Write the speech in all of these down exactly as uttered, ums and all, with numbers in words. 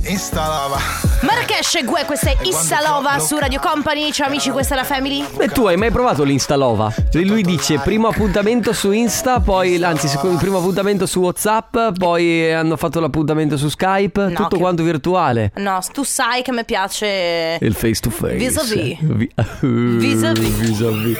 Instalava. Marrakesh e Gue, questa è Instalova su Radio Company. Ciao amici, questa è la Family. E tu hai mai provato l'Instalova? Lui dice primo appuntamento su Insta, poi anzi secondo, primo appuntamento su WhatsApp, poi hanno fatto l'appuntamento su Skype, No, tutto che- quanto virtuale. No, tu sai che mi piace Il face to face. Vis-à-vis. Vi- Vis-à-vis. Vis-à-vis.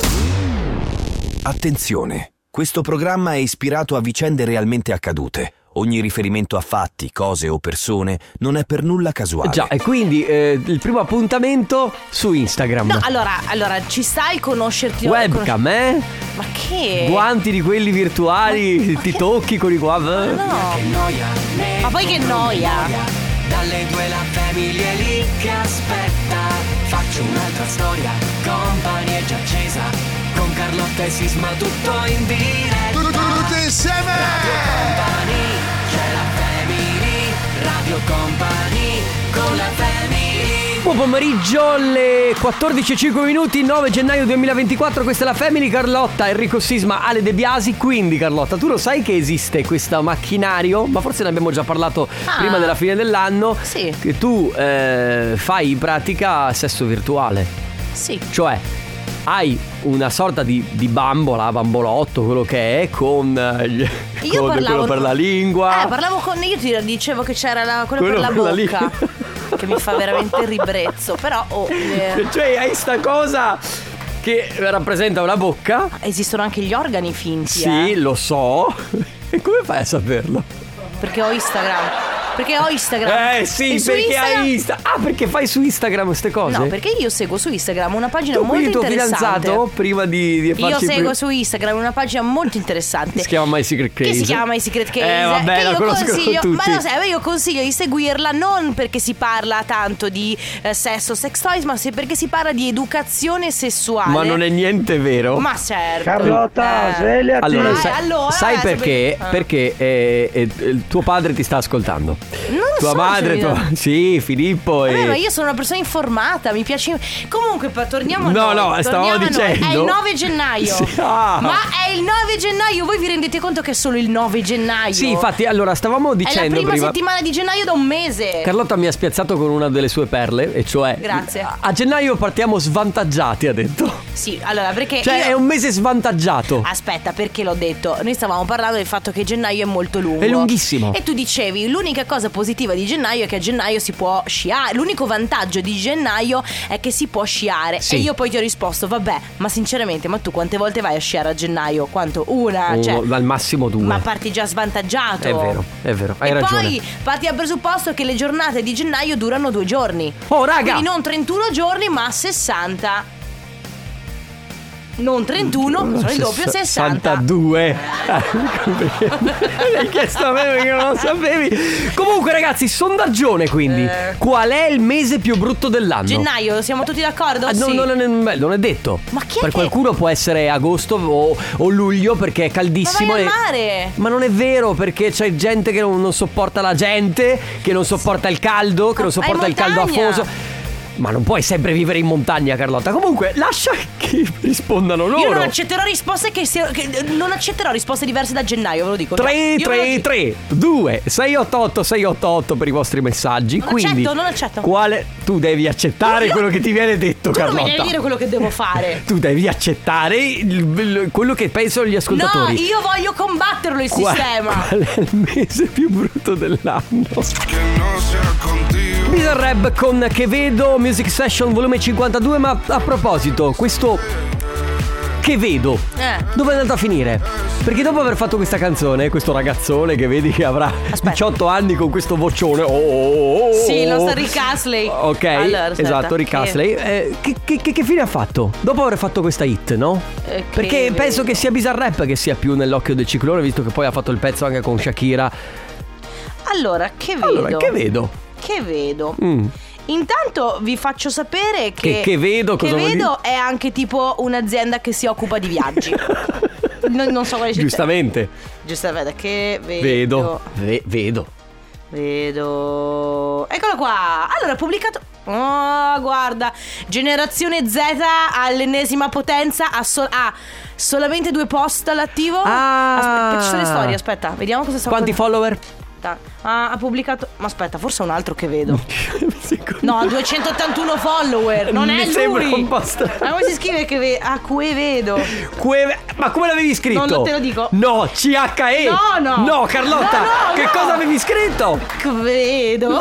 Attenzione, questo programma è ispirato a vicende realmente accadute. Ogni riferimento a fatti, cose o persone non è per nulla casuale. Già, e quindi eh, il primo appuntamento su Instagram. No, allora, allora ci stai conoscerti. Webcam, eh? Ma che? Guanti di quelli virtuali, Ma ti che- tocchi con i guanti. No. Che noia, né Ma poi che noia. Dalle due la famiglia è lì che aspetta. Faccio un'altra storia, Company è già accesa. Con Carlotta e Sisma tutto in diretta. Tutti insieme. Radio Company, c'è la family. Radio Company, con la family. Buon pomeriggio, le quattordici e cinque minuti, nove gennaio duemilaventiquattro. Questa è la Family. Carlotta, Enrico Sisma, Ale De Biasi. Quindi Carlotta, tu lo sai che esiste questo macchinario? Ma forse ne abbiamo già parlato Ah. prima della fine dell'anno. Sì. Che tu eh, fai in pratica sesso virtuale. Sì. Cioè hai una sorta di, di bambola, bambolotto, quello che è, con, eh, gli- Io con parlavo quello per la lingua. Eh, parlavo con io ti dicevo che c'era la, quello, Quello per la per la bocca. lingua. Che mi fa veramente ribrezzo. Però oh, eh, Cioè hai sta cosa che rappresenta una bocca. esistono anche gli organi finti. Sì, eh. lo so. E come fai a saperlo? Perché ho Instagram. Perché ho Instagram. Eh sì, E su perché Instagram- hai Insta. Ah, perché fai su Instagram queste cose? No, perché io seguo su Instagram una pagina tu, molto quindi tuo interessante. fidanzato prima di, di Io farci seguo pri- su Instagram una pagina molto interessante. Si chiama My Secret Case. Che si chiama My Secret Case. Eh vabbè, che la io conoscono consiglio, tutti. ma lo sai, io consiglio di seguirla non perché si parla tanto di eh, sesso, sex toys, ma se- perché si parla di educazione sessuale. Ma non è niente vero. Ma certo. Carlotta, Eh. svegliati. Allora, Dai, sai, allora, sai eh, perché? sapete- Perché eh, eh, il tuo padre ti sta ascoltando. Non lo Tua so madre, se- tua... sì, Filippo e... Vabbè, ma io sono una persona informata, mi piace. Comunque, pa- torniamo a No, noi. no, stavo torniamo a noi. dicendo- È il nove gennaio. Sì, ah. Ma è il nove gennaio. Voi vi rendete conto che è solo il nove gennaio? Sì, infatti, allora stavamo È la dicendo prima, prima. settimana di gennaio da un mese. Carlotta mi ha spiazzato con una delle sue perle, e cioè Grazie. a, a gennaio partiamo svantaggiati, ha detto. Sì, allora perché Cioè io- è un mese svantaggiato. Aspetta, perché l'ho detto? Noi stavamo parlando del fatto che gennaio è molto lungo. È lunghissimo. E tu dicevi, l'unica cosa positiva di gennaio è che a gennaio si può sciare. L'unico vantaggio di gennaio è che si può sciare. Sì. E io poi ti ho risposto, vabbè, ma sinceramente, ma tu quante volte vai a sciare a gennaio? Quanto? Una? Uno, Cioè, al massimo due. ma parti già svantaggiato. È vero, è vero, hai e ragione. poi parti dal presupposto che le giornate di gennaio durano due giorni. Oh raga, Quindi non trentuno giorni, ma sessanta. Non trentuno, ma sono il doppio, sessanta. sessantadue. L'hai chiesto a me perché non lo sapevi. Comunque ragazzi, sondaggione quindi. Eh. Qual è il mese più brutto dell'anno? Gennaio, siamo tutti d'accordo? Ah, no, Sì. no, non, è, beh, non è detto. Ma chi è Per che- qualcuno può essere agosto o, o luglio perché è caldissimo. Ma vai al e- mare. Ma non è vero, perché c'è gente che non, non sopporta la gente, che non sopporta il caldo, che non Ma sopporta vai il in caldo montagna. afoso. Ma non puoi sempre vivere in montagna, Carlotta. Comunque, lascia che rispondano loro. Io non accetterò risposte che, sia- che non accetterò risposte diverse da gennaio, ve lo dico. tre Io ve lo tre dico. tre due sei otto otto sei otto otto per i vostri messaggi. Non Quindi accetto, non accetto. Quale tu devi accettare Io- quello che ti viene detto, Tu non mi Carlotta. devi dire quello che devo fare. Tu devi accettare il- il- quello che pensano gli No, ascoltatori. io voglio combatterlo il Qual- sistema. Qual è il mese più brutto dell'anno? Che non sia contigo. Bizarrap con Che Vedo, Music Session volume cinquantadue. Ma a proposito, questo Che Vedo Eh. dove è andato a finire? Perché dopo aver fatto questa canzone, questo ragazzone che vedi che avrà Aspetta. diciotto anni con questo vocione, oh, oh, oh, Sì, il nostro oh. Rick Astley. Ok, Allora, aspetta, esatto, Rick che- Astley. Eh, che, che, che, che fine ha fatto? Dopo aver fatto questa hit, no? Eh, che Perché penso vedo. che sia Bizarrap che sia più nell'occhio del ciclone, visto che poi ha fatto il pezzo anche con Shakira. Allora, che vedo? Allora, che vedo? Che vedo? Mm. Intanto vi faccio sapere che Che- che vedo, Che cosa vuol vedo è anche tipo un'azienda che si occupa di viaggi. non, non so quale città. Giustamente. Giustamente, che vedo. Vedo. Ve- vedo. Vedo. Eccolo qua. Allora, pubblicato. Oh, guarda. Generazione Z all'ennesima potenza. Ha, sol- ha solamente due post all'attivo. Ah. Aspetta, ci sono le storie. Aspetta, vediamo cosa sta Quanti follower? Ah, ha pubblicato. Ma aspetta, forse è un altro che vedo. No, duecentottantuno follower. Non Mi è sembra lui. un post. Ma come si scrive che ve- a cui vedo? Que- Ma come l'avevi scritto? Non te lo dico. No, C H E. No, no. No, Carlotta. No, no, che no. cosa avevi scritto? Vedo.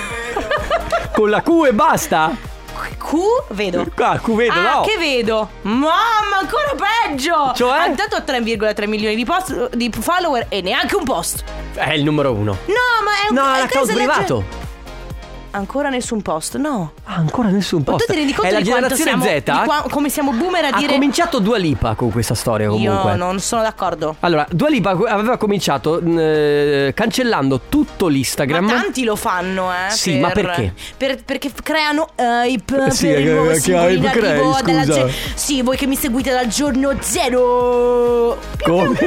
Con la Q e basta? Q vedo. Ah, Q vedo, Ah, no. che vedo? Mamma, ancora peggio. Cioè? Ha intanto ha tre virgola tre milioni di, post, di follower e neanche un post. È il numero uno. No, ma è un No, è è l'account cosa legge- privato. Ancora nessun post, no. Ah, ancora nessun Ma post. tu ti rendi conto È la di quanto generazione siamo, Z. di qua- come siamo boomer a Ha dire cominciato Dua Lipa con questa storia comunque. io non sono d'accordo. Allora, Dua Lipa aveva cominciato eh, cancellando tutto l'Instagram. Ma tanti lo fanno, eh. Sì, per- ma perché? per- perché creano hype Sì, per il che- nuovo che singolo in hype crei, arrivo dalla scusa? ge- Sì, voi che mi seguite dal giorno zero. Come?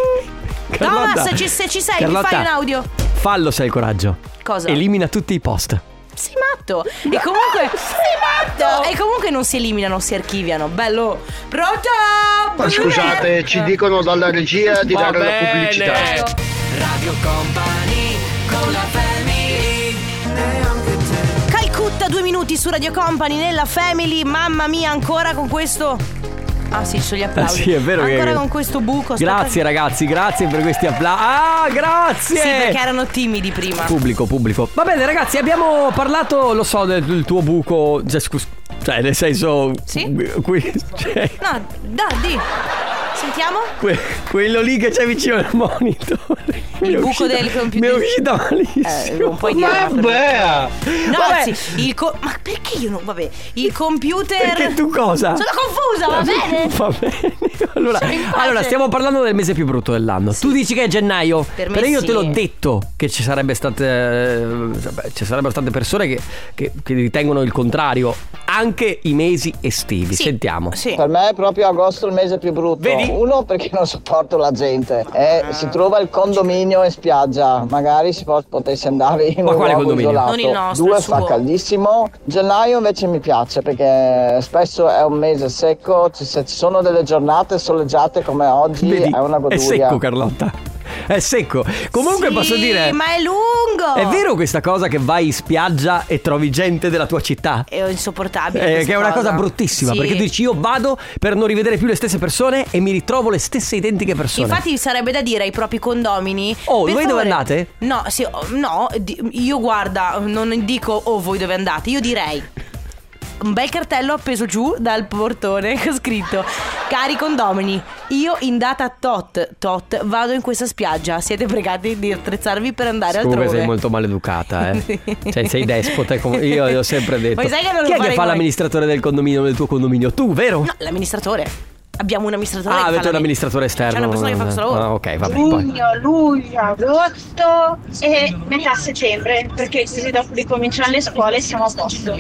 Thomas, ci- se ci sei, mi Carlotta, fai un audio. Fallo se hai il coraggio. Cosa? Elimina tutti i post. Sei matto. E comunque Sei matto. E comunque non si eliminano, si archiviano. Bello. Pronto? Ma scusate, ci dicono dalla regia di Va dare la bene. pubblicità. Radio Company con la family. Calcutta, due minuti su Radio Company nella Family. Mamma mia, ancora con questo. Ah sì, ci sono gli applausi. Eh sì, è vero Ancora che- con questo buco. aspetta. Grazie ragazzi, grazie per questi applausi. Ah, grazie. Sì, perché erano timidi prima. Pubblico, pubblico. Va bene ragazzi, abbiamo parlato, lo so, del, del tuo buco. Cioè, scus- cioè nel senso. Sì? Qui, cioè, No, dai, di. Sentiamo? que- quello lì che c'è vicino al monitor. Mi Il è buco uscita- del computer. Mi è uscita malissimo. Eh, non puoi dire. Vabbè, No, Vabbè. sì, il co- ma perché io non. Vabbè, il computer. Perché tu cosa? Sono confusa, va bene? Va bene. Allora, Sono in pace. allora, stiamo parlando del mese più brutto dell'anno. Tu dici che è gennaio. Per me però io sì. te l'ho detto che ci sarebbe state eh, vabbè, ci sarebbero state persone che, che, che ritengono il contrario. Anche i mesi estivi. Sì. Sentiamo. Sì. Per me è proprio agosto il mese più brutto. Vedi? Uno, perché non sopporto la gente. E si trova il condominio in spiaggia. Magari si può, potesse andare in Ma un quale luogo condominio? isolato. Non il nostro, Due, il fa suo. caldissimo. Gennaio invece mi piace perché spesso è un mese secco. Ci, se ci sono delle giornate soleggiate come oggi Vedi? è una È goduria. secco, Carlotta. È secco. Comunque Sì, posso dire. ma è lungo. È vero questa cosa che vai in spiaggia e trovi gente della tua città? È insopportabile. Eh, questa che è una cosa bruttissima, Sì. perché tu dici io vado per non rivedere più le stesse persone e mi ritrovo le stesse identiche persone. Infatti sarebbe da dire ai propri condomini. Oh, per voi dove favore- andate? No, sì, oh, no, di- io guarda, non dico oh voi dove andate, io direi un bel cartello appeso giù dal portone che ho scritto: cari condomini, io in data tot tot vado in questa spiaggia, siete pregati di attrezzarvi per andare Comunque altrove. sei molto maleducata, eh. Cioè sei despota, come io l'ho sempre detto. Ma sai che non lo Chi è che farei fa mai? l'amministratore del condominio del tuo condominio? Tu, vero? No, l'amministratore. Abbiamo un amministratore Ah, che fa avete la- un amministratore esterno. C'è una persona che fa questo lavoro. Ah, ok, vabbè. Poi. Giugno, luglio, agosto e metà settembre, perché così dopo ricominciano le scuole e siamo a posto.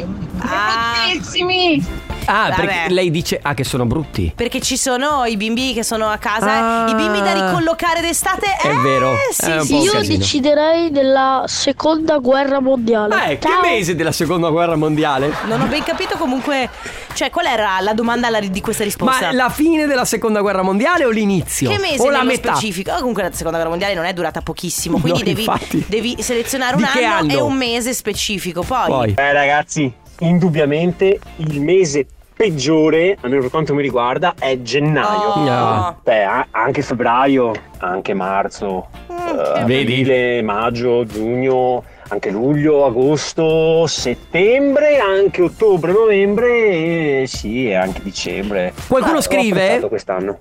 Ah. Bruttissimi! Ah, Vabbè. perché lei dice ah che sono brutti. Perché ci sono i bimbi che sono a casa, Ah. i bimbi da ricollocare d'estate. È eh, vero, Sì, è un sì, po' un sì. Io casino. deciderei della seconda guerra mondiale. Eh, che Ciao. mese della seconda guerra mondiale? Non ho ben capito comunque. Cioè, qual era la domanda alla- di questa risposta? Ma la fine della seconda guerra mondiale o l'inizio? Che mese o la nello metà? specifico? Ah, comunque la seconda guerra mondiale non è durata pochissimo, quindi No, devi, infatti. devi selezionare un Di che anno, e anno? un mese specifico. Poi, Poi. Eh ragazzi, indubbiamente il mese peggiore, almeno per quanto mi riguarda, è gennaio. Oh. Ah. Beh, a- anche febbraio, anche marzo, eh, Vedi? aprile, maggio, giugno, anche luglio, agosto, settembre, anche ottobre, novembre e sì, e anche dicembre. Qualcuno L'ho scrive apprezzato quest'anno.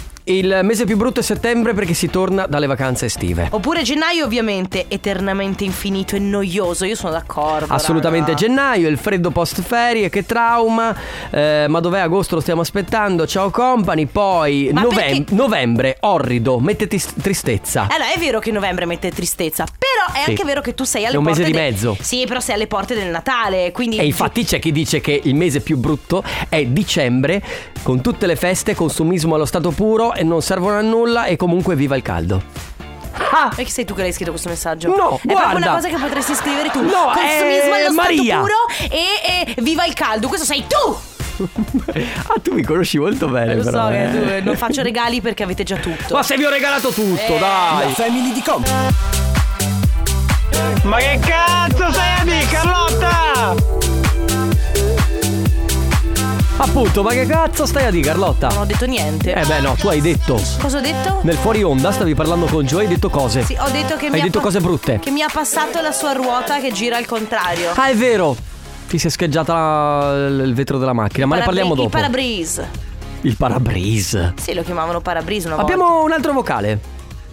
il mese più brutto è settembre perché si torna dalle vacanze estive. oppure gennaio, ovviamente, eternamente infinito e noioso. Io sono d'accordo. Assolutamente raga. gennaio, il freddo post ferie, che trauma. eh, Ma dov'è agosto? Lo stiamo aspettando. Ciao company. Poi Ma novem- perché- novembre, orrido, mette tis- tristezza. Allora, è vero che novembre mette tristezza, però è Sì. anche vero che tu sei alle È un porte mese di de- mezzo. Sì, però sei alle porte del Natale, quindi E infatti c'è chi dice che il mese più brutto è dicembre, con tutte le feste, consumismo allo stato puro e non servono a nulla e comunque viva il caldo. Ah! Perché sei tu che l'hai scritto questo messaggio? No, è guarda. proprio una cosa che potresti scrivere tu. No, Consumismo è allo Maria. stato puro e, e viva il caldo. Questo sei tu. Ah, tu mi conosci molto bene, Lo però. so che eh. tu eh, non faccio regali perché avete già tutto. Ma se vi ho regalato tutto, Eh. dai. La Family di Company. Ma che cazzo stai a dire, Carlotta? Appunto, ma che cazzo stai a dire, Carlotta? Non ho detto niente. Eh beh no, tu hai detto. Cosa ho detto? Nel fuori onda stavi parlando con Joe e hai detto cose. Sì, ho detto che hai mi detto ha pa- cose brutte. Che mi ha passato la sua ruota che gira al contrario. Ah, è vero. Ti si è scheggiata la- il vetro della macchina, ma ne Parabri- parliamo dopo. Il parabrise. Il parabrise. Sì, lo chiamavano parabrise una Abbiamo volta. un altro vocale.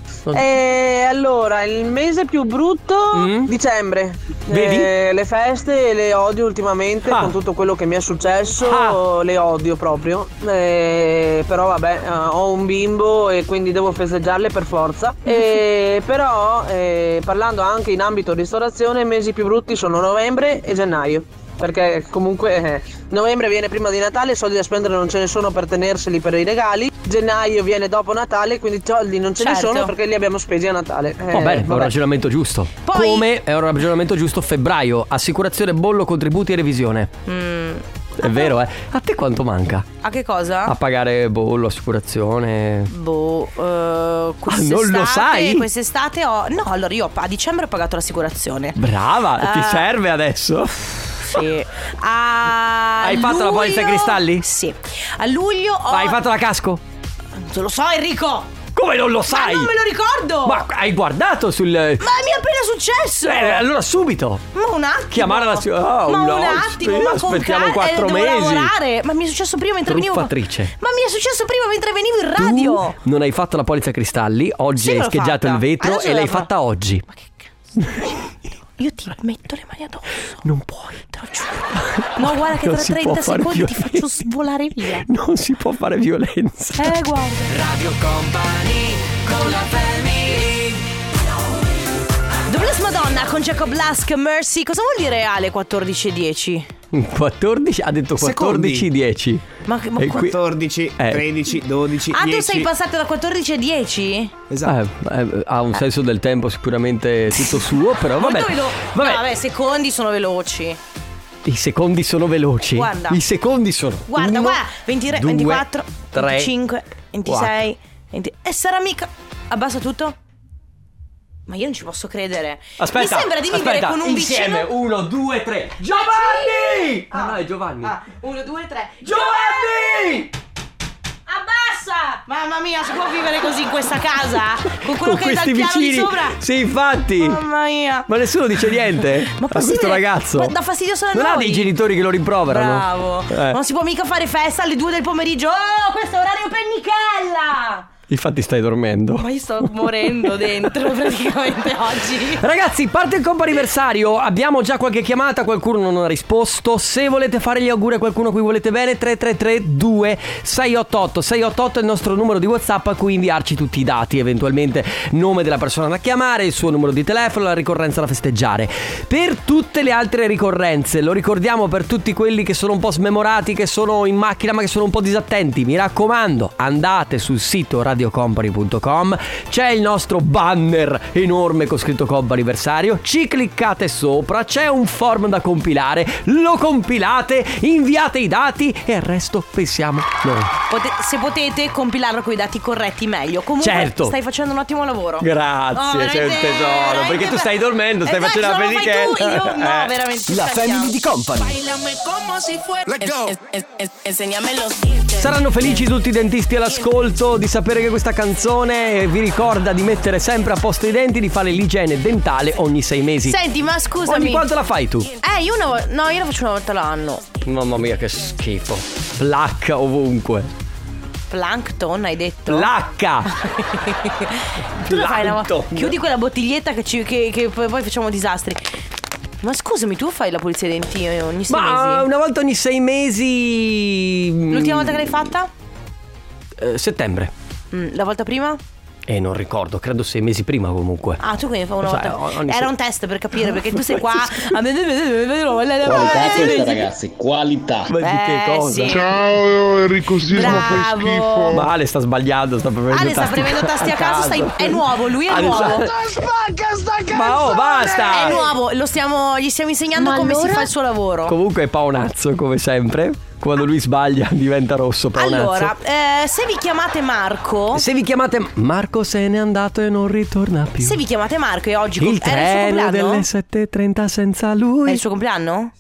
E allora, il mese più brutto, Mm? dicembre. Vedi? Eh, le feste le odio ultimamente, Ah. con tutto quello che mi è successo, Ah. le odio proprio. Eh, però vabbè, eh, ho un bimbo e quindi devo festeggiarle per forza. E, però, eh, parlando anche in ambito ristorazione, i mesi più brutti sono novembre e gennaio. Perché comunque eh, novembre viene prima di Natale, soldi da spendere non ce ne sono per tenerseli per i regali. Gennaio viene dopo Natale, quindi soldi non ce Certo. ne sono perché li abbiamo spesi a Natale. Eh, Va bene, è un vabbè. ragionamento giusto. Poi- Come è un ragionamento giusto febbraio, assicurazione, bollo, contributi e revisione. Mm. È vero, eh? A te quanto manca? A che cosa? A pagare bollo, assicurazione? Boh, eh, quest'estate, non lo sai? Quest'estate ho. No, allora io a dicembre ho pagato l'assicurazione. Brava, ti Eh. serve adesso? Sì. A Hai fatto la luglio- polizza cristalli? Sì. A luglio ho. Hai fatto la casco? Non lo so, Enrico! Come non lo sai? Ma non me lo ricordo! Ma hai guardato sul... Ma mi è appena successo! Eh, allora subito! Ma un attimo! Chiamare la signora. Oh, ma no, un attimo, ma con aspettiamo cal- quattro eh, devo mesi. lavorare. Ma mi è successo prima mentre venivo. Truffatrice. Ma mi è successo prima mentre venivo in radio. Tu non hai fatto la polizza cristalli, oggi Sì, hai l'ho scheggiato fatta. il vetro Adesso e l'hai la fa- fatta oggi. Ma che cazzo? Io ti metto le mani addosso. Non puoi. Te lo giuro. No, guarda che Non tra si può trenta fare secondi ti violenza. faccio svolare via. Non si può fare violenza. Eh, guarda. Radio Company con la family. Douglas Madonna con Jacob Lask, Mercy. Cosa vuol dire Ale quattordici e dieci? quattordici, ha detto quattordici dieci. Ma, ma E qua- qui- quattordici, Eh. tredici, dodici, Ah, tu dieci. sei passato da quattordici a dieci? Esatto. Eh, eh, ha un senso del tempo sicuramente tutto suo, però vabbè. Molto velo- Vabbè, No, vabbè, secondi sono veloci. i secondi sono veloci. Guarda. I secondi sono Guarda, uno, guarda, ventitré, due, ventiquattro, tre, venticinque, ventisei, venti. E sarà mica. Abbassa tutto? Ma io non ci posso credere. Aspetta, Mi sembra di vivere aspetta, con un insieme, vicino. uno, due, tre. Giovanni! Ah, no, è Giovanni. Ah, uno, due, tre. Giovanni! Abbassa! Mamma mia, si può vivere così in questa casa? Con quello Con che è dal questi piano vicini. di sopra? Sì, infatti. Mamma mia. Ma nessuno dice niente Ma a questo possibile? ragazzo. Ma dà fastidio solo a Non ha noi. dei genitori che lo rimproverano. Bravo. Eh. Non si può mica fare festa alle due del pomeriggio. Oh, questo è orario pennichella. Infatti stai dormendo. Ma io sto morendo dentro praticamente oggi. Ragazzi, parte il compo anniversario. Abbiamo già qualche chiamata, qualcuno non ha risposto. Se volete fare gli auguri a qualcuno a cui volete bene, tre tre tre due sei otto otto sei otto otto è il nostro numero di WhatsApp a cui inviarci tutti i dati, eventualmente nome della persona da chiamare, il suo numero di telefono, la ricorrenza da festeggiare. Per tutte le altre ricorrenze, lo ricordiamo per tutti quelli che sono un po' smemorati, che sono in macchina ma che sono un po' disattenti, mi raccomando, andate sul sito radio company punto com, c'è il nostro banner enorme con scritto compo anniversario, ci cliccate sopra, c'è un form da compilare, lo compilate, inviate i dati e il resto pensiamo noi. Pote- se potete compilarlo con i dati corretti meglio. Comunque Certo. stai facendo un ottimo lavoro. Grazie, Oh, sei un veramente- tesoro, veramente perché tu be- stai dormendo, stai Esatto, facendo la se non lo fai tu, penichella. io- no, Eh. veramente La scherziamo. family di Company. Saranno felici tutti i dentisti all'ascolto di sapere che questa canzone vi ricorda di mettere sempre a posto i denti, di fare l'igiene dentale ogni sei mesi. Senti, ma scusami. Ogni quanto la fai tu? Eh, io una vo- no, io la faccio una volta l'anno. Mamma mia che schifo. Placca ovunque. Plankton, hai detto? Placca. Tu la fai una vo- Plankton. Chiudi quella bottiglietta che, ci, che, che poi, poi facciamo disastri. Ma scusami, tu fai la pulizia dei denti ogni sei Ma mesi? una volta ogni sei mesi. L'ultima volta che l'hai fatta? Eh, settembre. Mm, la volta prima? Eh, non ricordo, credo sei mesi prima comunque. Ah, tu quindi fai una Lo sai, volta. ogni Era sei- un test per capire, perché tu sei qua. Qualità questa, ragazzi, qualità. Ma di che Eh, cosa? sì. Ciao Enrico Sisma, fai Bravo. schifo. Ma Ale sta sbagliando, sta premendo Ale sta tasti premendo tasti a caso, stai- è nuovo, lui è Ale nuovo. sta- Ma oh, basta! È nuovo, lo stiamo, gli stiamo insegnando Ma come allora? si fa il suo lavoro. Comunque è paonazzo, come sempre. Quando lui sbaglia diventa rosso, paonazzo. Allora, eh, se vi chiamate Marco, Se vi chiamate Marco se n'è andato e non ritorna più. se vi chiamate Marco e oggi Il com- era il suo treno compleanno? delle sette e trenta senza lui. È il suo compleanno?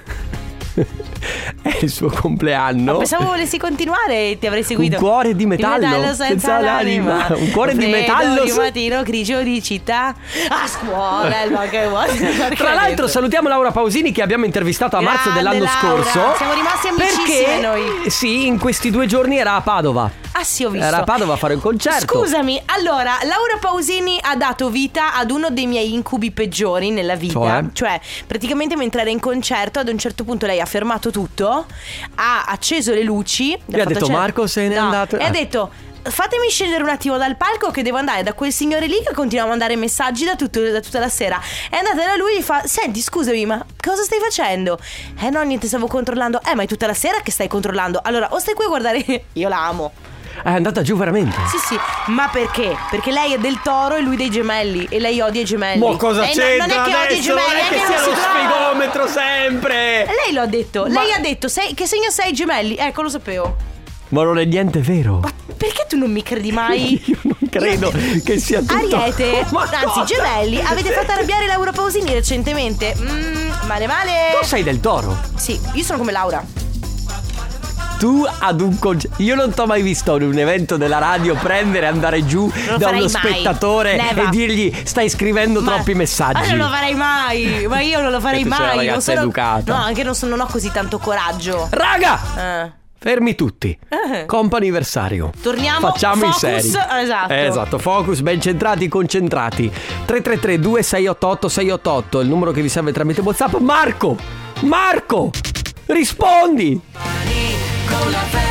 È il suo compleanno. Pensavo volessi continuare e ti avrei seguito. Un cuore di metallo, senza, senza l'anima. l'anima. Un cuore di Freddo metallo di se- mattino grigio di città. A scuola, il ma che vuoi. Tra l'altro salutiamo Laura Pausini che abbiamo intervistato a marzo Grande dell'anno Laura. scorso. Siamo rimasti amicissime perché, noi. Sì, in questi due giorni era a Padova. Ah sì, ho visto. Era a Padova a fare un concerto. Scusami, allora, Laura Pausini ha dato vita ad uno dei miei incubi peggiori nella vita. Cioè? Cioè, praticamente mentre era in concerto, ad un certo punto lei ha fermato tutto, ha acceso le luci. E ha fatto detto, accendere- Marco se n'è No, andato. E ha detto: fatemi scendere un attimo dal palco che devo andare da quel signore lì che continua a mandare messaggi da, tutto- da tutta la sera. È andata da lui e gli fa: senti, scusami, ma cosa stai facendo? Eh no, niente, stavo controllando. Eh, ma è tutta la sera che stai controllando. Allora, o stai qui a guardare. Io la amo. È andata giù veramente. Sì, sì, ma perché? Perché lei è del Toro e lui dei Gemelli. E lei odia i gemelli. Ma cosa Eh, no, c'entra non è che odia i adesso? gemelli, Non è che non sia si lo trova. sfigometro sempre. Lei lo ha detto. Ma- Lei ha detto sei, che segno sei gemelli. Ecco, lo sapevo. Ma non è niente vero. Ma perché tu non mi credi mai? Io non credo che sia tutto. Ariete, Ma anzi cosa? gemelli, avete fatto arrabbiare Laura Pausini recentemente. Mmm, male male. Tu sei del Toro. Sì, io sono come Laura. Tu ad un concerto. Io non t'ho mai visto ad un evento della radio prendere e andare giù lo da farei uno mai. spettatore Never. e dirgli stai scrivendo Ma- troppi messaggi. Ma non lo farei mai. Ma io non lo farei Che tu sei una mai. Non ragazza sono educata. No, anche non, sono, non ho così tanto coraggio. Raga! Eh. Fermi tutti. Eh. Comp'anniversario. Torniamo, Facciamo focus, in serie. esatto. Eh, esatto, focus, ben centrati, concentrati. tre tre tre due sei otto otto sei otto otto, il numero che vi serve tramite WhatsApp. Marco! Marco! Rispondi! Con la family.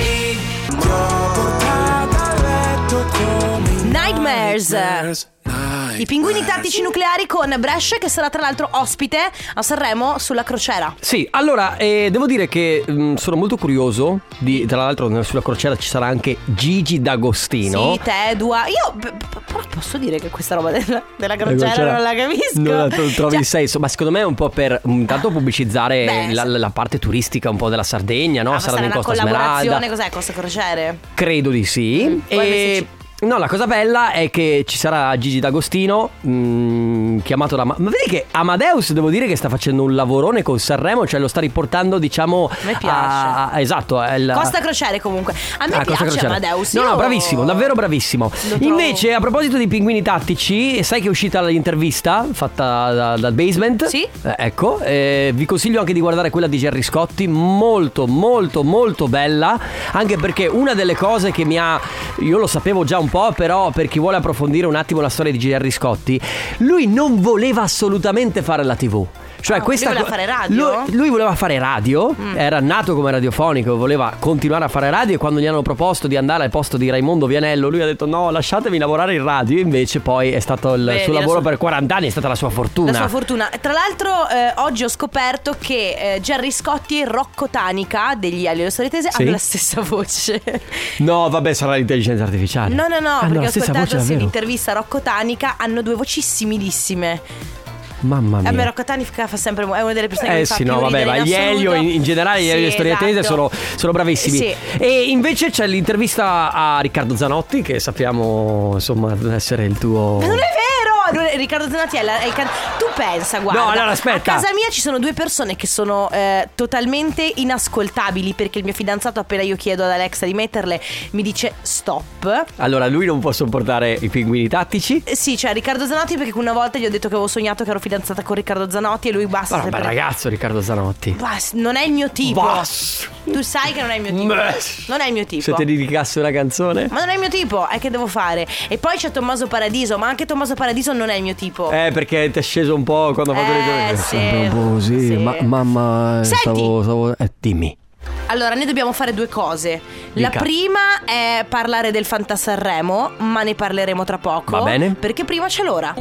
Nightmares. I pinguini tattici nucleari con Brescia, che sarà tra l'altro ospite a Sanremo sulla crociera. Sì, allora, eh, devo dire che mh, sono molto curioso di, tra l'altro sulla crociera ci sarà anche Gigi D'Agostino. Sì, Tedua. Io p- p- però posso dire che questa roba della, della crociera, crociera non la capisco. Non la tro- trovi Cioè, il senso, ma secondo me è un po' per intanto pubblicizzare Beh, la, la parte turistica un po' della Sardegna, no? ah, ma Saranno sarà in una Costa collaborazione, Smeralda. cos'è Costa Crociere? Credo di sì. Mm, poi E invece no, la cosa bella è che ci sarà Gigi D'Agostino, mh, chiamato da... Ma vedi che Amadeus, devo dire che sta facendo un lavorone con Sanremo, cioè lo sta riportando, diciamo... Mi piace. a- a- esatto, è il- Costa Crociere comunque. A me Ah, Costa piace Crociere. Amadeus. No, no, io- bravissimo, davvero bravissimo. Lo trovo- Invece, a proposito di pinguini tattici, sai che è uscita l'intervista fatta da- dal Basement? Sì. Eh, ecco, eh, vi consiglio anche di guardare quella di Gerry Scotti, molto, molto, molto bella. Anche perché una delle cose che mi ha... Io lo sapevo già un po', però per chi vuole approfondire un attimo la storia di Gerry Scotti, lui non voleva assolutamente fare la tivù. Cioè Ah, questa lui voleva co- fare radio? Lui, lui voleva fare radio, Mm. era nato come radiofonico, voleva continuare a fare radio, e quando gli hanno proposto di andare al posto di Raimondo Vianello, lui ha detto no, lasciatemi lavorare in radio. E invece poi è stato il Vedi, suo la lavoro sua- per quaranta anni, è stata la sua fortuna. La sua fortuna. Tra l'altro eh, oggi ho scoperto che eh, Gerry Scotti e Rocco Tanica degli Ali dello Storie Tese Sì? hanno la stessa voce. No, vabbè, sarà l'intelligenza artificiale. No, no, no, Hanno perché la ho stessa ascoltato voce, sì, davvero? l'intervista a Rocco Tanica. Hanno due voci similissime. Mamma A me mia. Rocco Tanica fa sempre, è una delle persone che Eh mi fa sì, più no, vabbè, ridere ma in gli assoluto. Elio in, in generale, gli Elio Sì, di Storie Tese esatto. sono, sono bravissimi. Sì. E invece c'è l'intervista a Riccardo Zanotti, che sappiamo insomma essere il tuo... Ma non è vero! Non è- Riccardo Zanotti è, la- è il can- Tu pensa, guarda. No, allora, aspetta. A casa mia ci sono due persone che sono eh, totalmente inascoltabili, perché il mio fidanzato, appena io chiedo ad Alexa di metterle, mi dice stop. Allora, lui non può sopportare i pinguini tattici. Eh, Sì, cioè Riccardo Zanotti, perché una volta gli ho detto che avevo sognato che ero fidanzata con Riccardo Zanotti e lui basta. Ma bel sempre- ragazzo Riccardo Zanotti. Bas- non è il mio tipo. Bas. Tu sai che non è il mio tipo. Bas. Non è il mio tipo. Se ti dedicasse una canzone. Ma non è il mio tipo, è che devo fare. E poi c'è Tommaso Paradiso, ma anche Tommaso Paradiso non è il mio tipo. Eh, perché ti è sceso un po' quando ha fatto Eh, le sì. Sempre un po' così. Sì. Ma, mamma, eh, Senti. stavo, stavo eh, dimmi. Allora, noi dobbiamo fare due cose. La Dica. prima è parlare del Fantasanremo, ma ne parleremo tra poco. Va bene. Perché prima c'è l'ora.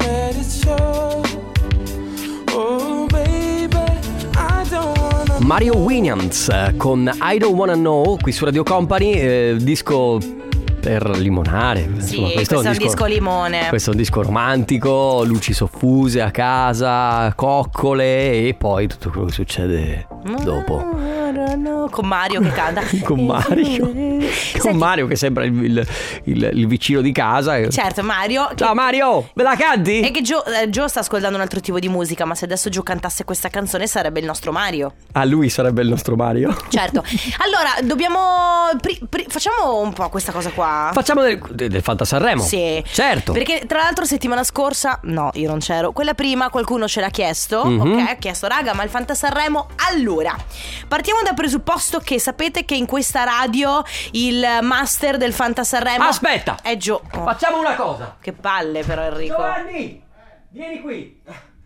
Mario Winans eh, con I Don't Wanna Know qui su Radio Company, eh, disco per limonare. Sì, Insomma, questo, questo è un disco, disco limone. Questo è un disco romantico, luci soffuse a casa, coccole e poi tutto quello che succede dopo. Con Mario che canta. Con Mario. Con Senti, Mario che sembra il, il, il, il vicino di casa. Certo, Mario. Ciao Mario, me la canti? E che Gio, eh, Gio sta ascoltando un altro tipo di musica, ma se adesso Gio cantasse questa canzone sarebbe il nostro Mario. Ah, lui sarebbe il nostro Mario. Certo. Allora, dobbiamo pri, pri, facciamo un po' questa cosa qua. Facciamo del, del Fanta Sanremo. Sì. Certo. Perché tra l'altro settimana scorsa, no, io non c'ero. Quella prima qualcuno ce l'ha chiesto. Mm-hmm. Ok, ha chiesto, raga, ma il Fanta Sanremo. Allora, partiamo dal presupposto che sapete che in questa radio il master del Fanta Sanremo Aspetta, è Gio. Oh. Facciamo una cosa. Che palle però Enrico. Giovanni, vieni qui.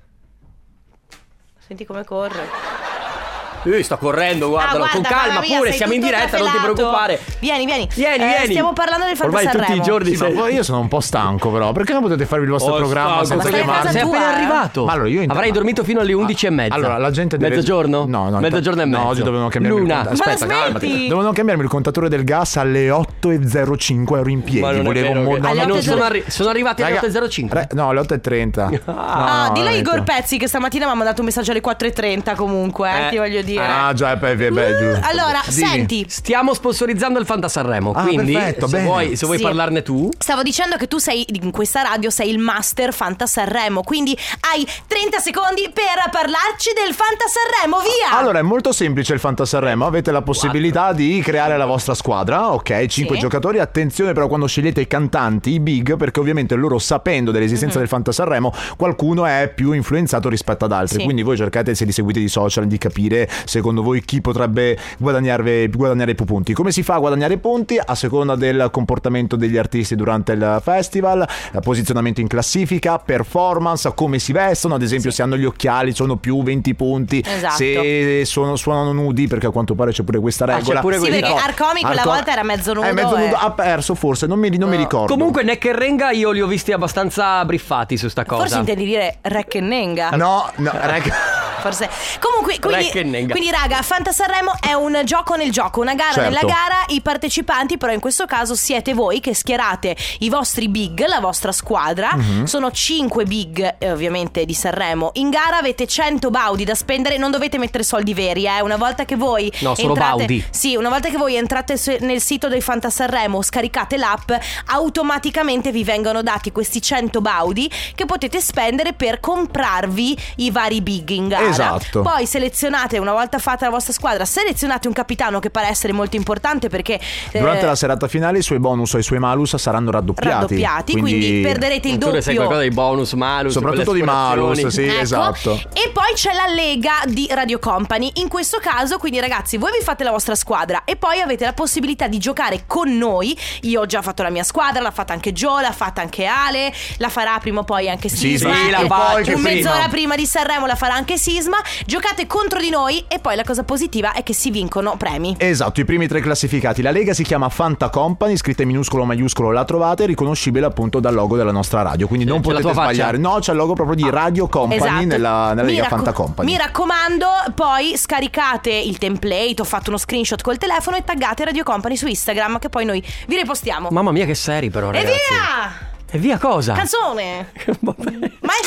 Senti come corre. Lui sta correndo, guardalo, ah, guarda, con calma mia, pure, siamo in diretta, non ti preoccupare. Vieni, vieni. Vieni, eh, vieni. Stiamo parlando del Fanta Ormai Sanremo. tutti i giorni sì, sei... ma poi io sono un po' stanco però. Perché non potete farvi il vostro oh, programma stanco, senza chiamarmi? Sei appena tua, arrivato. Ma allora io intanto... Avrai dormito fino alle undici e mezza. Allora la gente deve... Mezzogiorno? No, no. Mezzogiorno e mezzo. No, oggi dovevano cambiarmi Luna. il contatore. Aspetta, calmati. Dovevano cambiarmi il contatore del gas alle otto e zero cinque, ero in piedi. Ma non Volevo è vero mo- che... no, alle no, otto sono, arri- sono arrivati alle otto e zero cinque. Re... No, alle otto e trenta. Ah, no, dillo a no, Igor no. Pezzi che stamattina mi ha mandato un messaggio alle quattro e trenta comunque, eh, Eh. ti voglio dire. Ah, già, beh, beh, beh, giusto. Allora, Dimmi. senti, Stiamo sponsorizzando il Fanta Sanremo. Ah, quindi perfetto, se bene. vuoi, se vuoi Sì. parlarne tu. stavo dicendo che tu sei in questa radio, sei il master Fanta Sanremo, quindi hai trenta secondi per parlarci del Fanta Sanremo, via! Allora è molto semplice il Fanta Sanremo. Avete la possibilità Quattro. di creare la vostra squadra. Ok, cinque Sì. giocatori. Attenzione però quando scegliete i cantanti, i big, perché ovviamente loro sapendo dell'esistenza Mm-hmm. del Fanta Sanremo, qualcuno è più influenzato rispetto ad altri. Sì. Quindi voi cercate, se li seguite di social, di capire secondo voi chi potrebbe guadagnarvi, guadagnare più punti. Come si fa a guadagnare punti? A seconda del comportamento degli artisti durante il festival, posizionamento in classifica, performance, come si vestono. Ad esempio, Sì. se hanno gli occhiali sono più venti punti. Esatto. Se sono, suonano nudi, perché a quanto pare c'è pure questa Ah, regola. c'è pure Sì, questa. perché Arcomi quella Arco- volta era mezzo nudo. Eh, mezzo nudo eh. ha perso forse, non mi, non mi ricordo. Comunque Neck e Renga io li ho visti abbastanza briffati su sta cosa. Forse intendi dire Rec e Nenga. No, no, reg- Forse. Comunque, quindi, Rec e Nenga. quindi raga, Fanta Sanremo è un gioco nel gioco, una gara Certo. nella gara. I partecipanti, però in questo caso siete voi che schierate i vostri big, la vostra squadra. Mhm. Sono cinque big, eh, ovviamente di Sanremo. In gara avete cento baudi da spendere, non dovete mettere soldi veri, eh. Una volta che voi No, solo entrate, baudi. Sì, una volta che voi entrate su- nel sito del Fanta Sanremo, scaricate l'app, automaticamente vi vengono dati questi cento baudi che potete spendere per comprarvi i vari big in gara. Esatto. Poi selezionate, una volta fatta la vostra squadra, selezionate un capitano che pare essere molto importante perché durante eh, la serata finale i suoi bonus o i suoi malus saranno raddoppiati. raddoppiati, quindi, perderete il Tu ne sai doppio. qualcosa dei bonus, malus, Soprattutto quelle di malus, assicurazioni? sì, Ecco. esatto. E poi c'è la Lega di Radio Company. In questo caso, quindi ragazzi, voi vi fate la vostra squadra e poi avete la possibilità di giocare con noi. Io ho già fatto la mia squadra, l'ha fatta anche Gio, l'ha fatta anche Ale, la farà prima o poi anche Sì, Sisma. sì, la E faccio un prima. mezz'ora prima di Sanremo la farà anche Sisma. Giocate contro di noi e poi la cosa positiva è che si vincono premi. Esatto, i primi tre classificati. La lega si chiama Fanta Company, scritta in minuscolo o maiuscolo la trovate, riconoscibile appunto dal logo della nostra radio. Quindi non c'è la potete tua faccia? sbagliare. No, c'è il logo proprio di Radio Company Esatto. nella, nella Mi lega racco- Fanta Company. Mi raccomando, poi scaricate il template, ho fatto uno screenshot col telefono e taggate Radio Company su Instagram che poi noi vi ripostiamo. Mamma mia che seri però, E ragazzi. via! E via cosa? Canzone! Vabbè.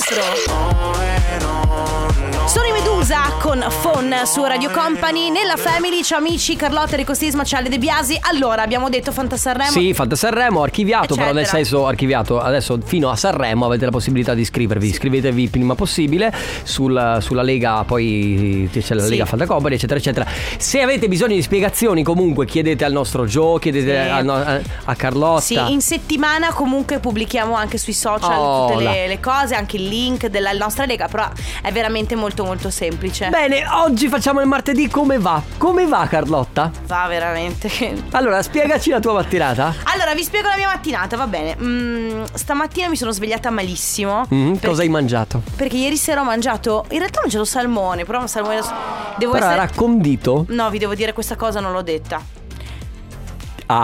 Maestro! Sono i Medusa con Phone su Radio Company. Nella Family c'è amici Carlotta, Enrico Sisma, c'è Ale De Biasi. Allora, abbiamo detto Fanta Sanremo. Sì, Fanta Sanremo archiviato, però nel Eccetera. senso archiviato. Adesso fino a Sanremo avete la possibilità di iscrivervi. Iscrivetevi il prima possibile sul- sulla Lega, poi c'è la Sì. Lega Fanta Company, eccetera, eccetera. Se avete bisogno di spiegazioni, comunque chiedete al nostro Gio, chiedete Sì. a, no- a- a Carlotta. Sì, in settimana comunque pubblichiamo anche sui social Oh, tutte là. le, le cose, anche il link della nostra Lega, però è veramente molto molto semplice. Bene, oggi facciamo il martedì. Come va? Come va, Carlotta? Va veramente. Allora, spiegaci la tua mattinata. Allora, vi spiego la mia mattinata, va bene. Mm, stamattina mi sono svegliata malissimo. Mm, perché- cosa hai mangiato? Perché ieri sera ho mangiato. In realtà ho mangiato salmone, però un salmone. Devo Però essere. era condito. No, vi devo dire questa cosa, non l'ho detta. Ah,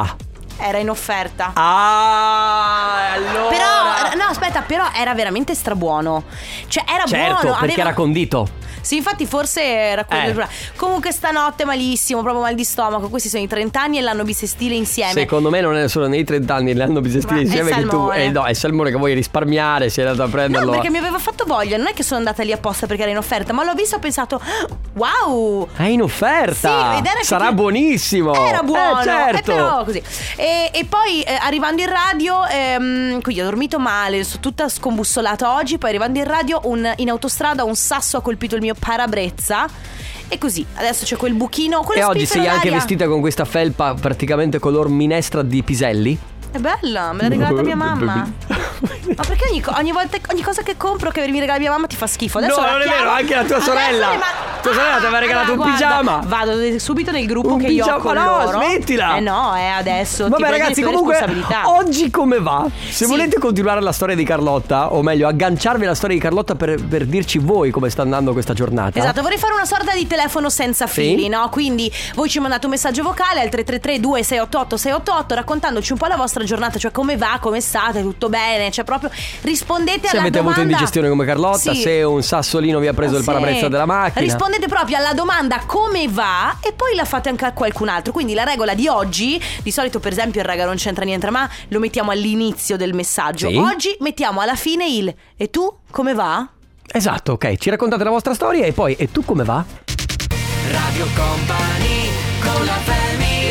era in offerta. Ah, allora. Però, no, aspetta, però era veramente strabuono. Cioè, era certo, buono. perché aveva... era condito. Sì, infatti forse era quello Eh. del problema. Comunque stanotte malissimo, proprio mal di stomaco. Questi sono i trenta anni e l'anno bisestile insieme. Secondo me non è solo nei trenta anni, l'anno bisestile Ma è insieme che tu salmone. eh, no, è salmone che vuoi risparmiare, sei andato a prenderlo. No, perché mi aveva fatto voglia. Non è che sono andata lì apposta perché era in offerta, ma l'ho visto e ho pensato wow, È in offerta. Sì, ed era Sarà effetti- buonissimo. era buono, Eh, certo. eh, però così. E, e poi eh, arrivando in radio, ehm, quindi ho dormito male, sono tutta scombussolata oggi. Poi arrivando in radio, un, in autostrada un sasso ha colpito il mio parabrezza. E così, adesso c'è quel buchino. E oggi sei anche vestita con questa felpa praticamente color minestra di piselli. È bella, me l'ha regalata mia mamma. Ma perché ogni, co- ogni volta ogni cosa che compro che mi regala mia mamma ti fa schifo? Adesso No, la non è chiamo- vero, anche la tua Adesso sorella. le ma- Tua sorella ti aveva regalato Allora, un guarda, pigiama. Vado subito nel gruppo Un che io ho pigiama, con no, loro. smettila. Eh no, eh adesso ti Vabbè prendo ragazzi, le tue comunque responsabilità. oggi come va? Se Sì. volete continuare la storia di Carlotta, o meglio agganciarvi alla storia di Carlotta per, per dirci voi come sta andando questa giornata. Esatto, vorrei fare una sorta di telefono senza fili, Sì. no? Quindi voi ci mandate un messaggio vocale al tre tre tre due sei otto otto sei otto otto raccontandoci un po' la vostra giornata, cioè come va, come state, tutto bene, cioè proprio rispondete Se alla avete domanda. avuto indigestione come Carlotta, Sì. se un sassolino vi ha preso il Sì. parabrezza della macchina. Rispondete proprio alla domanda come va e poi la fate anche a qualcun altro. Quindi la regola di oggi, di solito per esempio il raga non c'entra niente, ma lo mettiamo all'inizio del messaggio. Sì. Oggi mettiamo alla fine il e tu come va? Esatto, ok, ci raccontate la vostra storia e poi e tu come va? Radio Company con la family.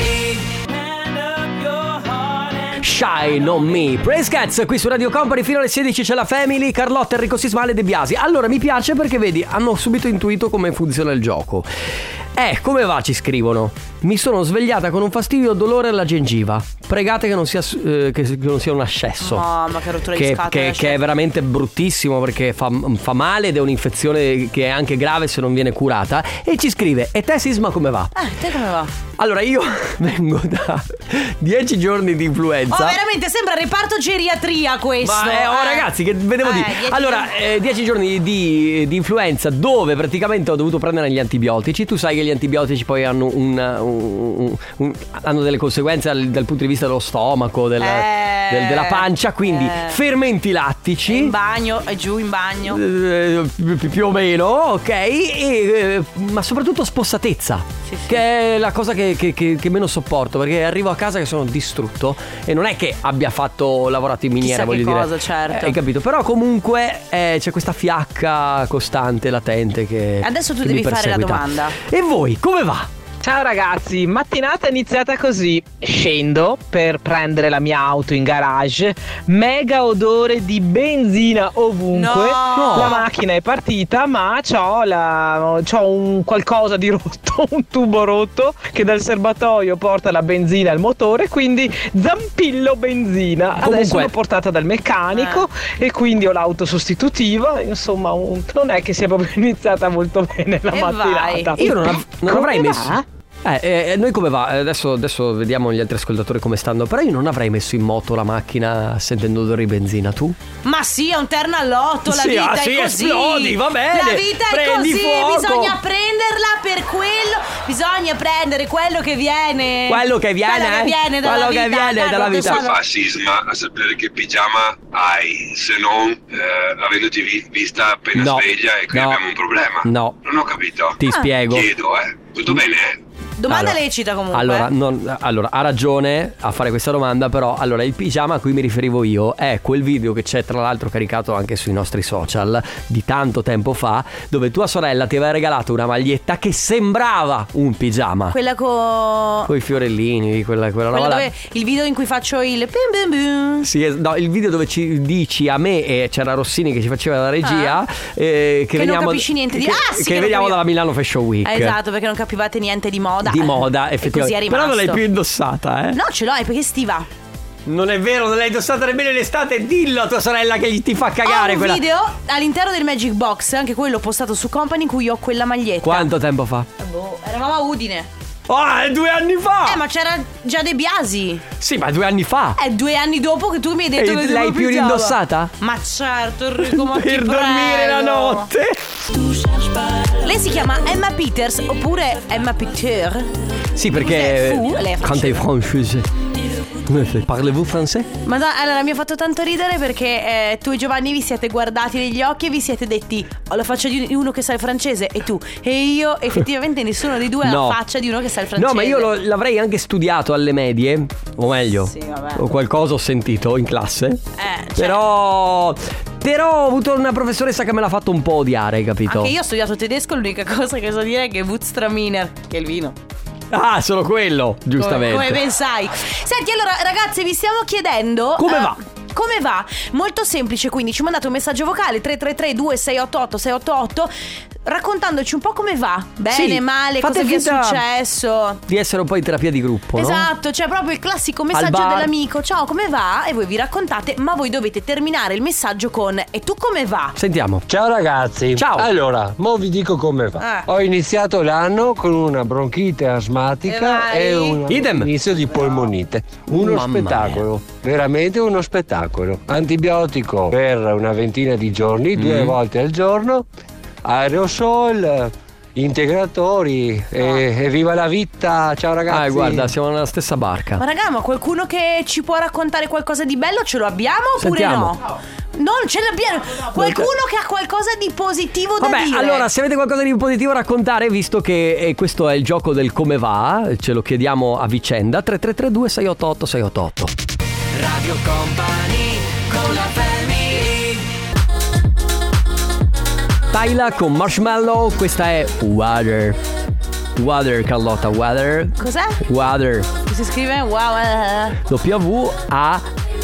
Shine on me. Praise Cats qui su Radio Company fino alle sedici c'è la Family, Carlotta, Enrico Sisma, Ale De Biasi. Allora mi piace perché vedi, hanno subito intuito come funziona il gioco. Eh, come va? Ci scrivono. Mi sono svegliata con un fastidio dolore alla gengiva. Pregate che non sia, eh, che, che non sia un ascesso. Mamma, che rottura di Che, scatole. che, che è veramente bruttissimo perché fa, fa male ed è un'infezione che è anche grave se non viene curata. E ci scrive: e te Sisma come va? Eh, te come va? Allora io vengo da dieci giorni di influenza. Oh, veramente sembra reparto geriatria questo. Ma eh, oh, ragazzi, che vedevo Eh, di. dieci Allora, giorni. eh, dieci giorni di, di influenza dove praticamente ho dovuto prendere gli antibiotici. Tu sai che gli antibiotici poi hanno un, un- un- un- hanno delle conseguenze dal, dal punto di vista dello stomaco, del- Eh, del- della pancia. Quindi eh. fermenti lattici. In bagno, e giù in bagno. Eh, pi- più o meno, ok, e, eh, ma soprattutto spossatezza, Sì, sì. che è la cosa che, che- che- che meno sopporto, perché arrivo a casa che sono distrutto e non è che abbia fatto lavorato in miniera, Chissà che voglio dire. cosa, certo. Eh, hai capito? Però comunque eh, c'è questa fiacca costante, latente che Adesso tu che devi mi fare la perseguita. domanda. E voi, come va? Ciao ragazzi, mattinata è iniziata così. Scendo per prendere la mia auto in garage. Mega odore di benzina ovunque. No! La macchina è partita, ma c'ho, la, c'ho un qualcosa di rotto, un tubo rotto che dal serbatoio porta la benzina al motore. Quindi zampillo benzina. Adesso Comunque- l'ho portata dal meccanico e quindi ho l'auto sostitutiva. Insomma, un- non è che sia proprio iniziata molto bene la E mattinata. vai. Io non, av- non Come avrei va? messo. Eh, eh, noi come va? Eh, Adesso, adesso vediamo gli altri ascoltatori come stanno. Però io non avrei messo in moto la macchina sentendo odore di benzina, tu? Ma sì, è un terno all'otto, la Sì, vita ah, è sì, così. esplodi, va bene. La vita è Prendi così, fuoco. bisogna prenderla per quello. Bisogna prendere quello che viene. Quello che viene, Quello che eh? viene dalla Quello che vita. viene Carlo, dalla tu vita. sai- Fa Sisma a sapere che pigiama hai, se non eh, avendoti vi- vista appena No, sveglia e qui no, abbiamo un problema. no. Non ho capito. Ti spiego. Chiedo, eh. Tutto bene? Domanda Allora, lecita comunque. Allora, non- allora, ha ragione a fare questa domanda, però allora il pigiama a cui mi riferivo io è quel video che c'è tra l'altro caricato anche sui nostri social di tanto tempo fa, dove tua sorella ti aveva regalato una maglietta che sembrava un pigiama. Quella con Con i fiorellini, quella, quella roba Quella là. dove il video in cui faccio il bim bim bim. Sì, es- no, il video dove ci dici a me e c'era Rossini che ci faceva la regia, eh, che, Che non veniamo, capisci niente di- che, Ah, sì, che che veniamo lo- dalla Milano Fashion Week. Eh, Esatto, perché non capivate niente di moda. Di moda, E effettivamente. così è rimasto. Però non l'hai più indossata, eh? No, ce l'ho, è perché stiva. Non è vero, non l'hai indossata nemmeno in estate. Dillo a tua sorella che gli ti fa cagare Ho un quella. video all'interno del Magic Box, anche quello postato su Company, in cui ho quella maglietta. Quanto tempo fa? Boh, eravamo a Udine. Ah, è due anni fa! Eh, ma c'era già De Biasi. Sì, ma due anni fa. È due anni dopo che tu mi hai detto E che l'hai dovevo più pigiama. rindossata? Ma certo, Enrico, ma ti Per dormire la prego. notte. Lei si chiama Emma Peters oppure Emma Peter. Sì, perché Fu, lei è canta in francese. Parlez-vous français? Ma no, allora mi ha fatto tanto ridere perché eh, tu e Giovanni vi siete guardati negli occhi e vi siete detti: ho la faccia di uno che sa il francese e tu. E io effettivamente nessuno dei due No. ha la faccia di uno che sa il francese. No, ma io lo- l'avrei anche studiato alle medie, o meglio, Sì, vabbè. o qualcosa ho sentito in classe. Eh, cioè, Però Però ho avuto una professoressa che me l'ha fatto un po' odiare, hai capito? anche io ho studiato tedesco, l'unica cosa che so dire è che Wurztraminer, che è il vino. Ah, solo quello, giustamente. Come, come ben sai. Senti, allora ragazzi, vi stiamo chiedendo Come eh, va? Come va? Molto semplice, quindi ci mandate un messaggio vocale tre tre tre due sei otto otto sei otto otto raccontandoci un po' come va. Bene, Sì, male, fate cosa vi è finta successo. Di essere un po' in terapia di gruppo, no? Esatto, cioè proprio il classico messaggio bar. dell'amico: ciao, come va? E voi vi raccontate, ma voi dovete terminare il messaggio con: e tu come va? Sentiamo. Ciao ragazzi. Ciao. Allora, mo vi dico come va. Eh. Ho iniziato l'anno con una bronchite E asmatica vai. e un Idem. inizio di polmonite. Uno Mamma spettacolo, veramente uno spettacolo. Antibiotico per una ventina di giorni, due Mm. volte al giorno, aerosol, integratori e, e viva la vita. Ciao ragazzi. Ah, guarda, siamo nella stessa barca. Ma raga, ma qualcuno che ci può raccontare qualcosa di bello ce lo abbiamo oppure Sentiamo. no? Non ce l'abbiamo. Qualcuno che ha qualcosa di positivo da Vabbè, dire. allora, se avete qualcosa di positivo da raccontare, visto che eh, questo è il gioco del come va, ce lo chiediamo a vicenda. Tre tre tre due sei otto otto sei otto otto. Radio Company con la family. Tyla con Marshmallow, questa è Water. Water, Carlotta, Water. Cos'è? Water. Si scrive wow. eh. W A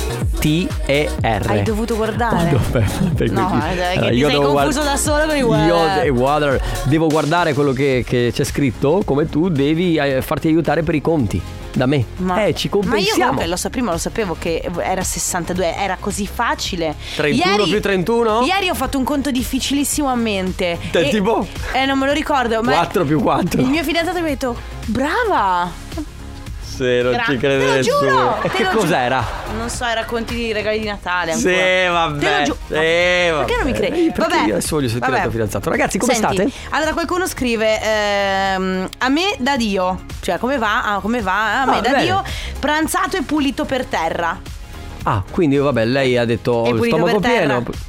T E R. Hai dovuto guardare. No, per- per No, cui- è che allora, ti io sei devo confuso guard- da solo con i Io water. e water devo guardare quello che, che c'è scritto, come tu devi eh, farti aiutare per i conti da me. Ma, eh, ci ma io compensiamo. comunque lo so, prima lo sapevo che era sessantadue, era così facile. trentuno più trentuno? Ieri ho fatto un conto difficilissimo a mente. Te E- tipo? Eh, non me lo ricordo. Ma quattro più quattro. il mio fidanzato mi ha detto: brava. Se non Gra- ci crede te lo nessuno. giuro, E te che lo giuro. cos'era? Non so, i racconti di regali di Natale Sì, ancora. vabbè. Te lo giuro. Sì, Perché vabbè. non mi credi? Eh, perché Vabbè. io adesso voglio sentire Vabbè. il tuo fidanzato. Ragazzi, come Senti, state? allora qualcuno scrive ehm, a me da Dio. Cioè, come va? Ah, come va? A me Ah, da bene. Dio. Pranzato e pulito per terra. Ah, quindi vabbè, lei ha detto È pulito stomaco per terra. pieno.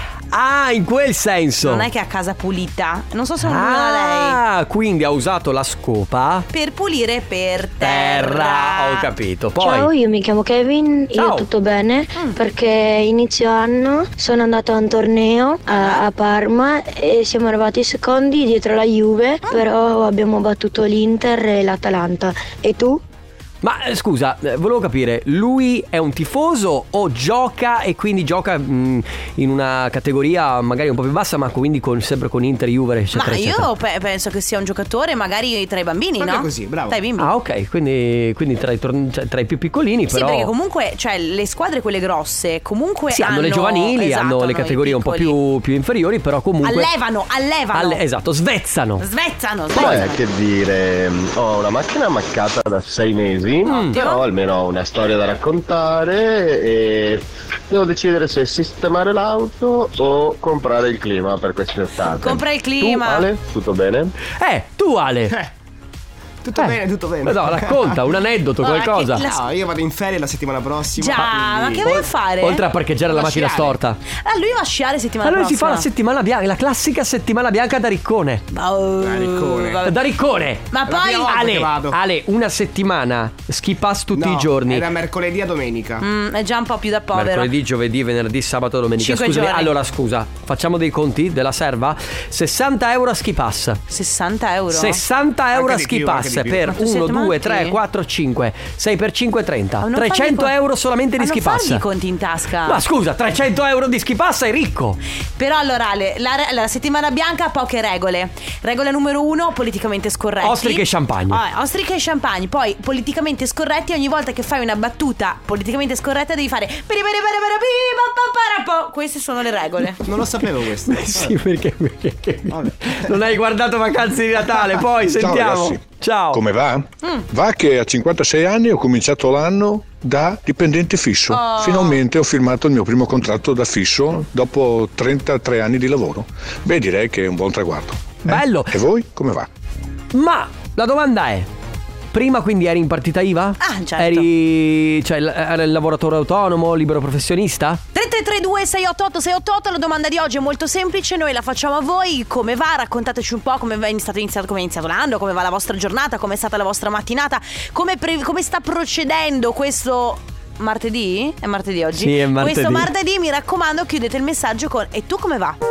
Ah, in quel senso. Non è che ha casa pulita. Non so se non la lei. Ah, quindi ha usato la scopa Per pulire per terra. terra. Ho capito. Poi Ciao, io mi chiamo Kevin, Ciao. io tutto bene Mm. perché inizio anno sono andato a un torneo a, a Parma e siamo arrivati secondi dietro la Juve, Mm. però abbiamo battuto l'Inter e l'Atalanta. E tu? Ma eh, scusa, eh, volevo capire, lui è un tifoso o gioca e quindi gioca mh, in una categoria magari un po' più bassa, ma quindi con, sempre con Inter, Juve, eccetera, Ma eccetera. io pe- penso che sia un giocatore magari tra i bambini, Proprio no? così, bravo. Tra i bimbi. Ah, ok, quindi, quindi tra, i tor- cioè, tra i più piccolini, Sì, però perché comunque, cioè, le squadre quelle grosse comunque sì, hanno, le giovanili, esatto, hanno le i categorie un po' piccoli. più, più inferiori, però comunque Allevano, allevano. alle- esatto, svezzano. Svezzano, Beh, svezzano. che dire, ho una macchina ammaccata da sei mesi, però almeno ho una storia da raccontare e devo decidere se sistemare l'auto o comprare il clima per quest'estate. Compra il clima. Tu, Ale, tutto bene? Eh, tu Ale. Tutto Eh, bene, tutto bene. ma no, racconta un aneddoto, Guarda, qualcosa. che la- No, io vado in ferie la settimana prossima. Già, ma quindi- che vai a fare? Oltre a parcheggiare la Vado a macchina sciare. storta. Ah, lui va a sciare settimana Allora si fa prossima. la settimana bianca, la classica settimana bianca da Riccone. Oh, Da Riccone. vabbè. Da Riccone. Ma È la poi prima volta Ale, che vado. Ale, una settimana ski pass tutti No, i giorni. è da mercoledì a domenica. Mm, è già un po' più da povero. Mercoledì, giovedì, venerdì, sabato, domenica. Cinque Scusami, giorni. allora scusa, facciamo dei conti della serva. sessanta euro a ski pass. sessanta euro? sessanta euro a Anche di ski più, anche pass di più. per Ma tu uno, siete due, matti? tre, quattro, cinque. sei per cinque, trenta. Ma non trecento fargli con- euro solamente di Ma ski non pass. fargli i conti in tasca. Ma scusa, trecento euro di ski pass, sei ricco. Però allora Ale, la, la settimana bianca ha poche regole. Regola numero uno, politicamente scorretti. Ostriche e champagne. Ah, ostriche e champagne. Poi politicamente scorretti, ogni volta che fai una battuta politicamente scorretta devi fare peri peri peri peri pi, pa, pa, para, po. Queste sono le regole. Non lo sapevo questo. Sì, perché, perché non hai guardato Vacanze di Natale. Poi Ciao, sentiamo. ragazzi. Ciao. Come va? Mm. Va che a cinquantasei anni ho cominciato l'anno da dipendente fisso. Oh. Finalmente ho firmato il mio primo contratto da fisso dopo trentatré anni di lavoro. Beh, direi che è un buon traguardo. Eh? Bello. E voi come va? Ma la domanda è: Prima quindi eri in partita I V A? Ah, certo. Eri, cioè, era il lavoratore autonomo, libero professionista? tre tre tre due sei otto otto sei otto otto. La domanda di oggi è molto semplice, noi la facciamo a voi. Come va? Raccontateci un po' come è stato iniziato, come è iniziato l'anno, come va la vostra giornata, come è stata la vostra mattinata, come, pre- come sta procedendo questo martedì? È martedì oggi? Sì, è martedì. Questo martedì, mi raccomando, chiudete il messaggio con "e tu come va?".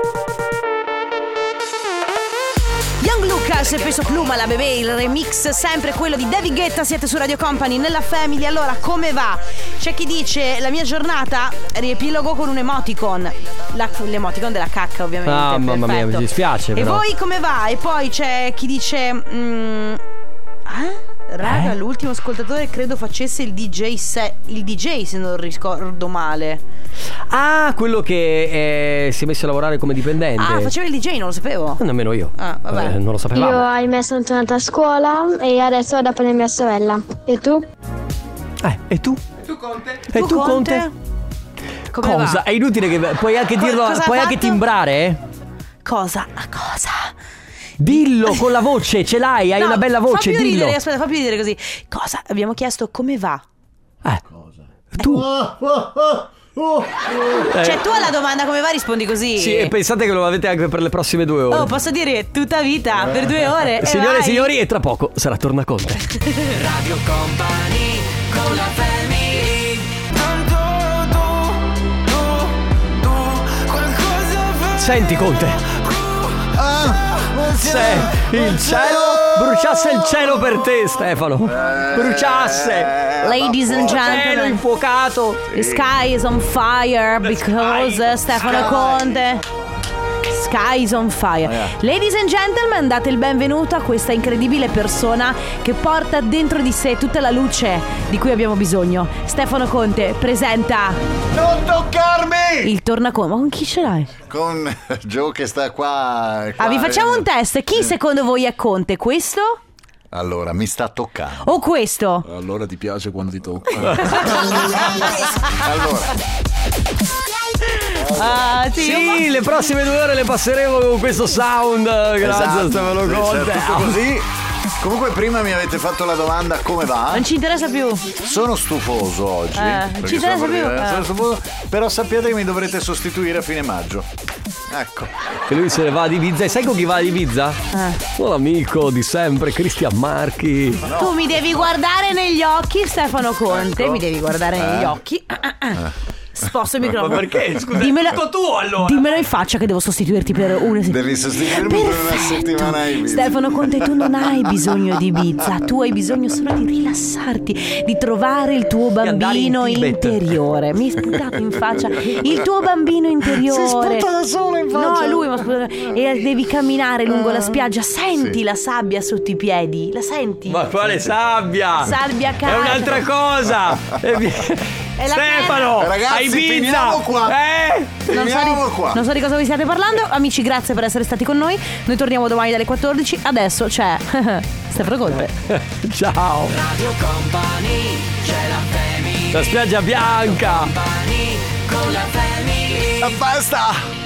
Young Lucas e Peso Pluma, La Bebè, il remix sempre quello di David Guetta. Siete su Radio Company, nella Family. Allora, come va? C'è chi dice la mia giornata, riepilogo con un emoticon, la, l'emoticon della cacca ovviamente. Ah, mamma mia, mi dispiace E però. voi come va? E poi c'è chi dice mm, eh? Raga, Eh? l'ultimo ascoltatore credo facesse il D J se, il D J se non ricordo male. Ah, quello che eh, si è messo a lavorare come dipendente. Ah, faceva il D J, non lo sapevo. Nemmeno io. Ah, vabbè. Eh, non lo sapevamo. Io ahimè sono tornata a scuola e adesso vado a prendere mia sorella. E tu? Eh, e tu? E tu Conte? E tu, Conte? Come Cosa? va? È inutile che puoi anche Co- dirlo, cosa puoi ha anche fatto? timbrare, eh? Cosa? A cosa? Dillo con la voce, ce l'hai, hai No, una bella voce, fa più dillo. ridere, aspetta, fa più ridere così. Cosa? Abbiamo chiesto come va. Eh. Tu. Cioè tu alla domanda come va rispondi così. Sì, e pensate che lo avete anche per le prossime due ore. Oh, posso dire tutta vita per due ore. e Signore e vai. signori, e tra poco sarà Torna Conte. Radio Company con la Family. Tanto tu, tu, tu, qualcosa fai. Senti Conte. Se il cielo bruciasse il cielo per te, Stefano. Bruciasse. Ladies and Cielo gentlemen, infuocato. the sky is on fire because uh, Stefano Conte. Sky is on fire. Ladies and gentlemen, date il benvenuto a questa incredibile persona che porta dentro di sé tutta la luce di cui abbiamo bisogno. Stefano Conte presenta Non toccarmi! il Tornaconte. Ma con chi ce l'hai? Con Joe che sta qua, qua Ah, vi facciamo un test. Chi Sì. secondo voi è Conte? Questo Allora, mi sta toccando. o questo? Allora ti piace quando ti tocca. Allora, Ah, sì, Sì, le prossime due ore le passeremo con questo sound. Grazie esatto, a Stefano sì, Conte. tutto così. Comunque prima mi avete fatto la domanda come va? Non ci interessa più. Sono stufoso oggi. Eh, perché ci interessa sono più, praticamente- eh. sono stufoso, però sappiate che mi dovrete sostituire a fine maggio. Ecco. E lui se ne va ad Ibiza. E sai con chi va ad Ibiza? Eh. Un amico di sempre, Cristian Marchi. Tu mi devi guardare negli occhi, Stefano Conte. Ecco. Mi devi guardare Eh. negli occhi. Ah, ah, ah. Sposto il microfono. Ma perché? Scusa, Dimmelo, tutto tu allora. Dimmelo in faccia che devo sostituirti per una settimana. Devi sostituirmi per una settimana a Ibiza. Stefano Conte, tu non hai bisogno di Ibiza. Tu hai bisogno solo di rilassarti, di trovare il tuo bambino in Tibet. interiore. Mi hai sputato in faccia il tuo bambino interiore. Si sputa da solo in faccia. No, lui mi ha sputato. E devi camminare lungo la spiaggia. Senti Sì. la sabbia sotto i piedi. La senti? Ma quale sabbia? Sabbia È calda. un'altra cosa. E vi- È la Stefano, terra. Ragazzi, a Ibiza. finiamo qua. Eh? Non so, Finiamo di, qua. non so di cosa vi stiate parlando. Amici, grazie per essere stati con noi. Noi torniamo domani dalle quattordici. Adesso c'è Stefano Conte. Ciao. Radio Company, c'è la Family. La spiaggia bianca. Company con la Family. Basta.